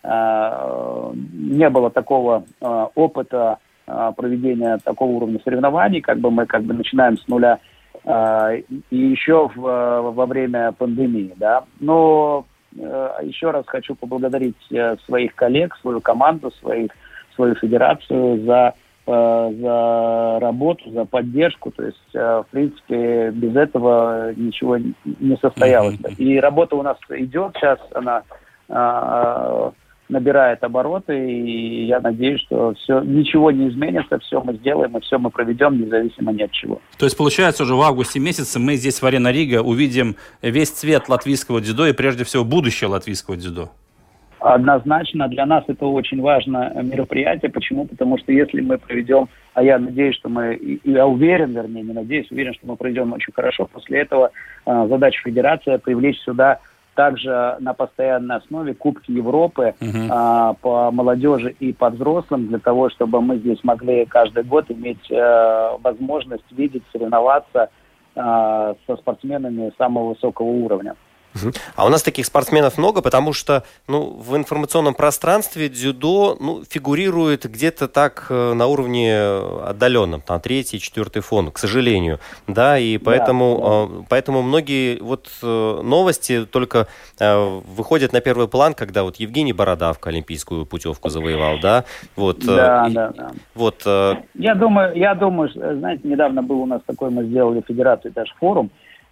не было такого э, опыта э, проведения такого уровня соревнований, как бы мы как бы начинаем с нуля, э, и еще в, во время пандемии, да. Но э, еще раз хочу поблагодарить э, своих коллег, свою команду, своих, свою федерацию за, э, за работу, за поддержку. То есть, э, в принципе, без этого ничего не состоялось. Mm-hmm. И работа у нас идет сейчас, она э, набирает обороты, и я надеюсь, что все, ничего не изменится, все мы сделаем, и все мы проведем, независимо ни от чего. То есть, получается, уже в августе месяце мы здесь в Арена Рига увидим весь цвет латвийского дзюдо и, прежде всего, будущее латвийского дзюдо? Однозначно, для нас это очень важное мероприятие. Почему? Потому что если мы проведем, а я надеюсь, что мы, я уверен, вернее, не надеюсь, уверен, что мы проведем очень хорошо, после этого э, задача федерации привлечь сюда также на постоянной основе Кубки Европы uh-huh. а, по молодежи и по взрослым, для того, чтобы мы здесь могли каждый год иметь а, возможность видеть, соревноваться а, со спортсменами самого высокого уровня. А у нас таких спортсменов много, потому что ну, в информационном пространстве дзюдо ну, фигурирует где-то так на уровне отдаленном, там третий, четвертый фон, к сожалению. Да, и поэтому, да, да. поэтому многие вот новости только выходят на первый план, когда вот Евгений Бородавка олимпийскую путевку завоевал, да? Вот, да, и, да, да. Вот, я думаю, я думаю, знаете, недавно был у нас такой, мы сделали федерацию, даже форум,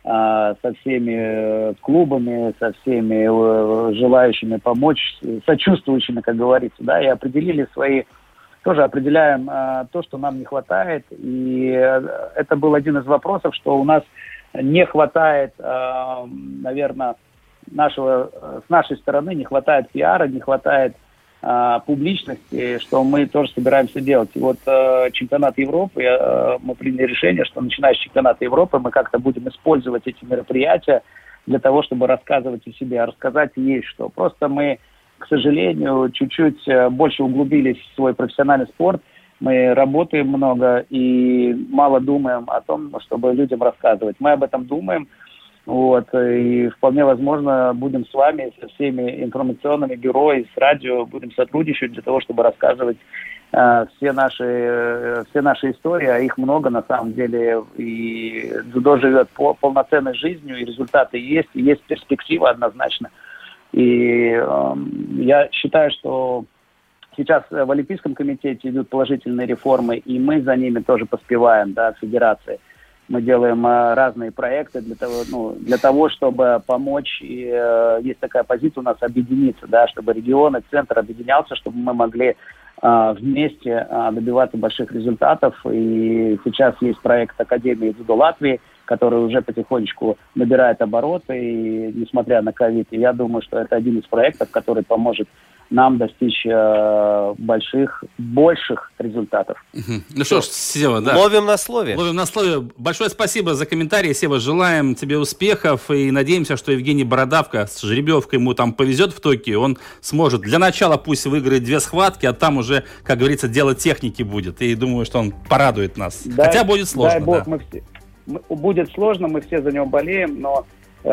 со всеми клубами, со всеми желающими помочь, сочувствующими, как говорится, да, и определили свои, тоже определяем то, что нам не хватает, и это был один из вопросов, что у нас не хватает, наверное, нашего, с нашей стороны не хватает пиара, не хватает публичности, что мы тоже собираемся делать. И вот э, чемпионат Европы, э, мы приняли решение, что начиная с чемпионата Европы мы как-то будем использовать эти мероприятия для того, чтобы рассказывать о себе. А рассказать есть что. Просто мы, к сожалению, чуть-чуть больше углубились в свой профессиональный спорт. Мы работаем много и мало думаем о том, чтобы людям рассказывать. Мы об этом думаем. Вот, и вполне возможно, будем с вами, со всеми информационными бюро и с радио, будем сотрудничать для того, чтобы рассказывать э, все наши, э, все наши истории, а их много на самом деле, и дзюдо живет по, полноценной жизнью, и результаты есть, и есть перспектива однозначно. И э, я считаю, что сейчас в Олимпийском комитете идут положительные реформы, и мы за ними тоже поспеваем, да, федерации. Мы делаем э, разные проекты для того, ну, для того, чтобы помочь. И, э, есть такая позиция у нас объединиться, да, чтобы регионы, центр объединялся, чтобы мы могли э, вместе э, добиваться больших результатов. И сейчас есть проект Академии дзюдо Латвии, который уже потихонечку набирает обороты, и, несмотря на ковид. И я думаю, что это один из проектов, который поможет нам достичь э, больших, больших результатов. Угу. Ну что ж, Сева, да. Ловим на слове. Ловим на слове. Большое спасибо за комментарии, Сева. Желаем тебе успехов и надеемся, что Евгений Бородавка с жеребьевкой ему там повезет в Токио. Он сможет для начала пусть выиграет две схватки, а там уже, как говорится, дело техники будет. И думаю, что он порадует нас. Дай, Хотя будет сложно. Дай бог, да. мы все, мы, будет сложно, мы все за него болеем, но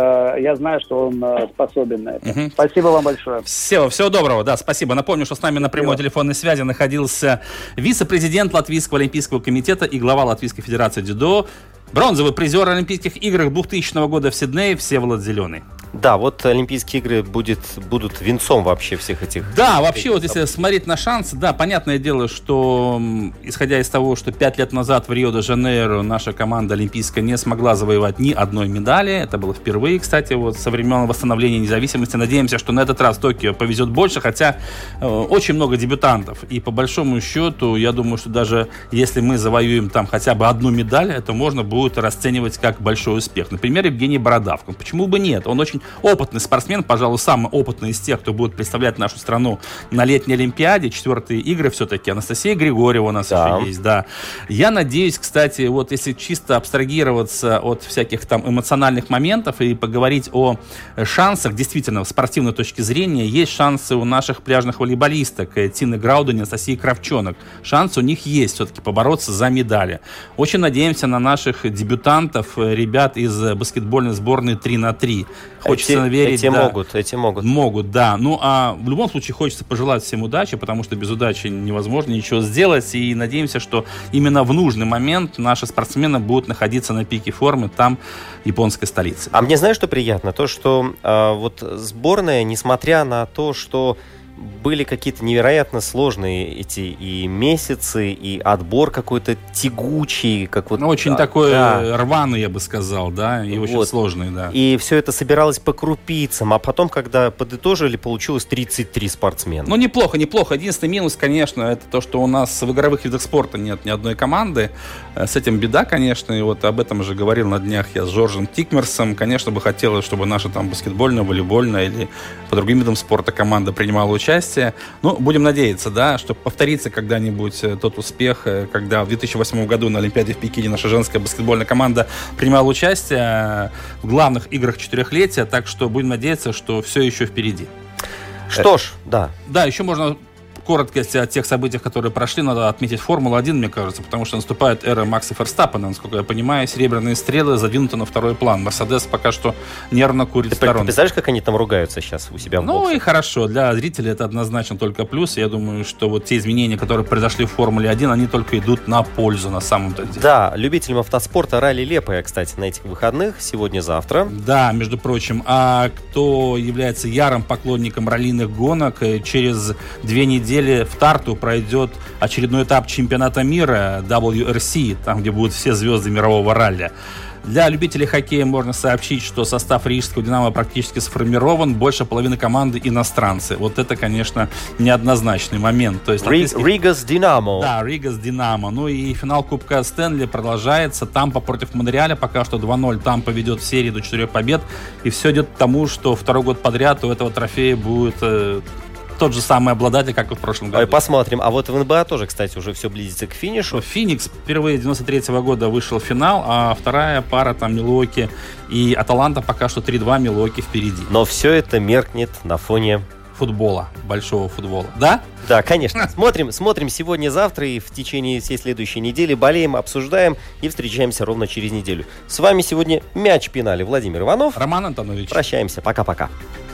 я знаю, что он способен на это. Угу. Спасибо вам большое. Всего, всего доброго, да, спасибо. Напомню, что с нами на прямой спасибо. телефонной связи находился вице-президент Латвийского олимпийского комитета и глава Латвийской федерации дзюдо, бронзовый призер Олимпийских игр двухтысячного года в Сиднее Всеволод Зеленый. Да, вот Олимпийские игры будет, будут венцом вообще всех этих... Да, вообще, вот если смотреть на шансы, да, понятное дело, что, исходя из того, что пять лет назад в Рио-де-Жанейро наша команда олимпийская не смогла завоевать ни одной медали, это было впервые, кстати, вот со времен восстановления независимости. Надеемся, что на этот раз Токио повезет больше, хотя э, очень много дебютантов, и по большому счету, я думаю, что даже если мы завоюем там хотя бы одну медаль, это можно будет расценивать как большой успех. Например, Евгений Бородавка. Почему бы нет? Он очень опытный спортсмен, пожалуй, самый опытный из тех, кто будет представлять нашу страну на летней Олимпиаде. Четвертые игры все-таки. Анастасия Григорьева у нас да. еще есть, да. Я надеюсь, кстати, вот если чисто абстрагироваться от всяких там эмоциональных моментов и поговорить о шансах, действительно, с спортивной точки зрения, есть шансы у наших пляжных волейболисток Тины Грауден и Анастасии Кравчонок. Шансы у них есть все-таки побороться за медали. Очень надеемся на наших дебютантов, ребят из баскетбольной сборной три на три. Хочется эти, верить, эти да. могут, эти могут. Могут, да. Ну, а в любом случае хочется пожелать всем удачи, потому что без удачи невозможно ничего сделать. И надеемся, что именно в нужный момент наши спортсмены будут находиться на пике формы там, японской столице. А мне знаешь, что приятно? То, что э, вот сборная, несмотря на то, что были какие-то невероятно сложные эти и месяцы, и отбор какой-то тягучий, как вот... Ну, очень да, такой да. рваный, я бы сказал, да, и вот. Очень сложный, да. И все это собиралось по крупицам, а потом, когда подытожили, получилось тридцать три спортсмена. Ну, неплохо, неплохо. Единственный минус, конечно, это то, что у нас в игровых видах спорта нет ни одной команды. С этим беда, конечно, и вот об этом уже говорил на днях я с Жоржем Тикмерсом. Конечно, бы хотелось, чтобы наша там баскетбольная, волейбольная или по другим видам спорта команда принимала участие. Ну, будем надеяться, да, что повторится когда-нибудь тот успех, когда в две тысячи восьмом году на Олимпиаде в Пекине наша женская баскетбольная команда принимала участие в главных играх четырехлетия, так что будем надеяться, что все еще впереди. Что ж, да. Да, еще можно коротко о тех событиях, которые прошли, надо отметить Формулу один, мне кажется, потому что наступает эра Макса Ферстаппена, насколько я понимаю, серебряные стрелы задвинуты на второй план. Мерседес пока что нервно курит в сторонке. Ты представляешь, как они там ругаются сейчас у себя в Ну боксе? И хорошо, для зрителей это однозначно только плюс. Я думаю, что вот те изменения, которые произошли в Формуле один, они только идут на пользу на самом-то деле. Да, любителям автоспорта ралли Лепая, кстати, на этих выходных, сегодня-завтра. Да, между прочим, а кто является ярым поклонником раллийных гонок, через две недели в Тарту пройдет очередной этап чемпионата мира дабл ю эр си, там, где будут все звезды мирового ралли. Для любителей хоккея можно сообщить, что состав рижского «Динамо» практически сформирован, больше половины команды иностранцы. Вот это, конечно, неоднозначный момент. То есть, английский... Рига's Динамо. Да, Рига's Динамо. Ну и финал Кубка Стэнли продолжается. Тампа против Монреаля. Пока что два ноль. Тампа ведет в серии до четырех побед. И все идет к тому, что второй год подряд у этого трофея будет... Э, тот же самый обладатель, как и в прошлом году. Посмотрим. А вот в эн бэ а тоже, кстати, уже все близится к финишу. Феникс впервые девяносто третьего года вышел в финал, а вторая пара там Милуоки и Аталанта пока что три-два, Милуоки впереди. Но все это меркнет на фоне... футбола, большого футбола. Да? Да, конечно. Смотрим, смотрим сегодня-завтра и в течение всей следующей недели. Болеем, обсуждаем и встречаемся ровно через неделю. С вами сегодня мяч пинали Владимир Иванов. Роман Антонович. Прощаемся. Пока-пока.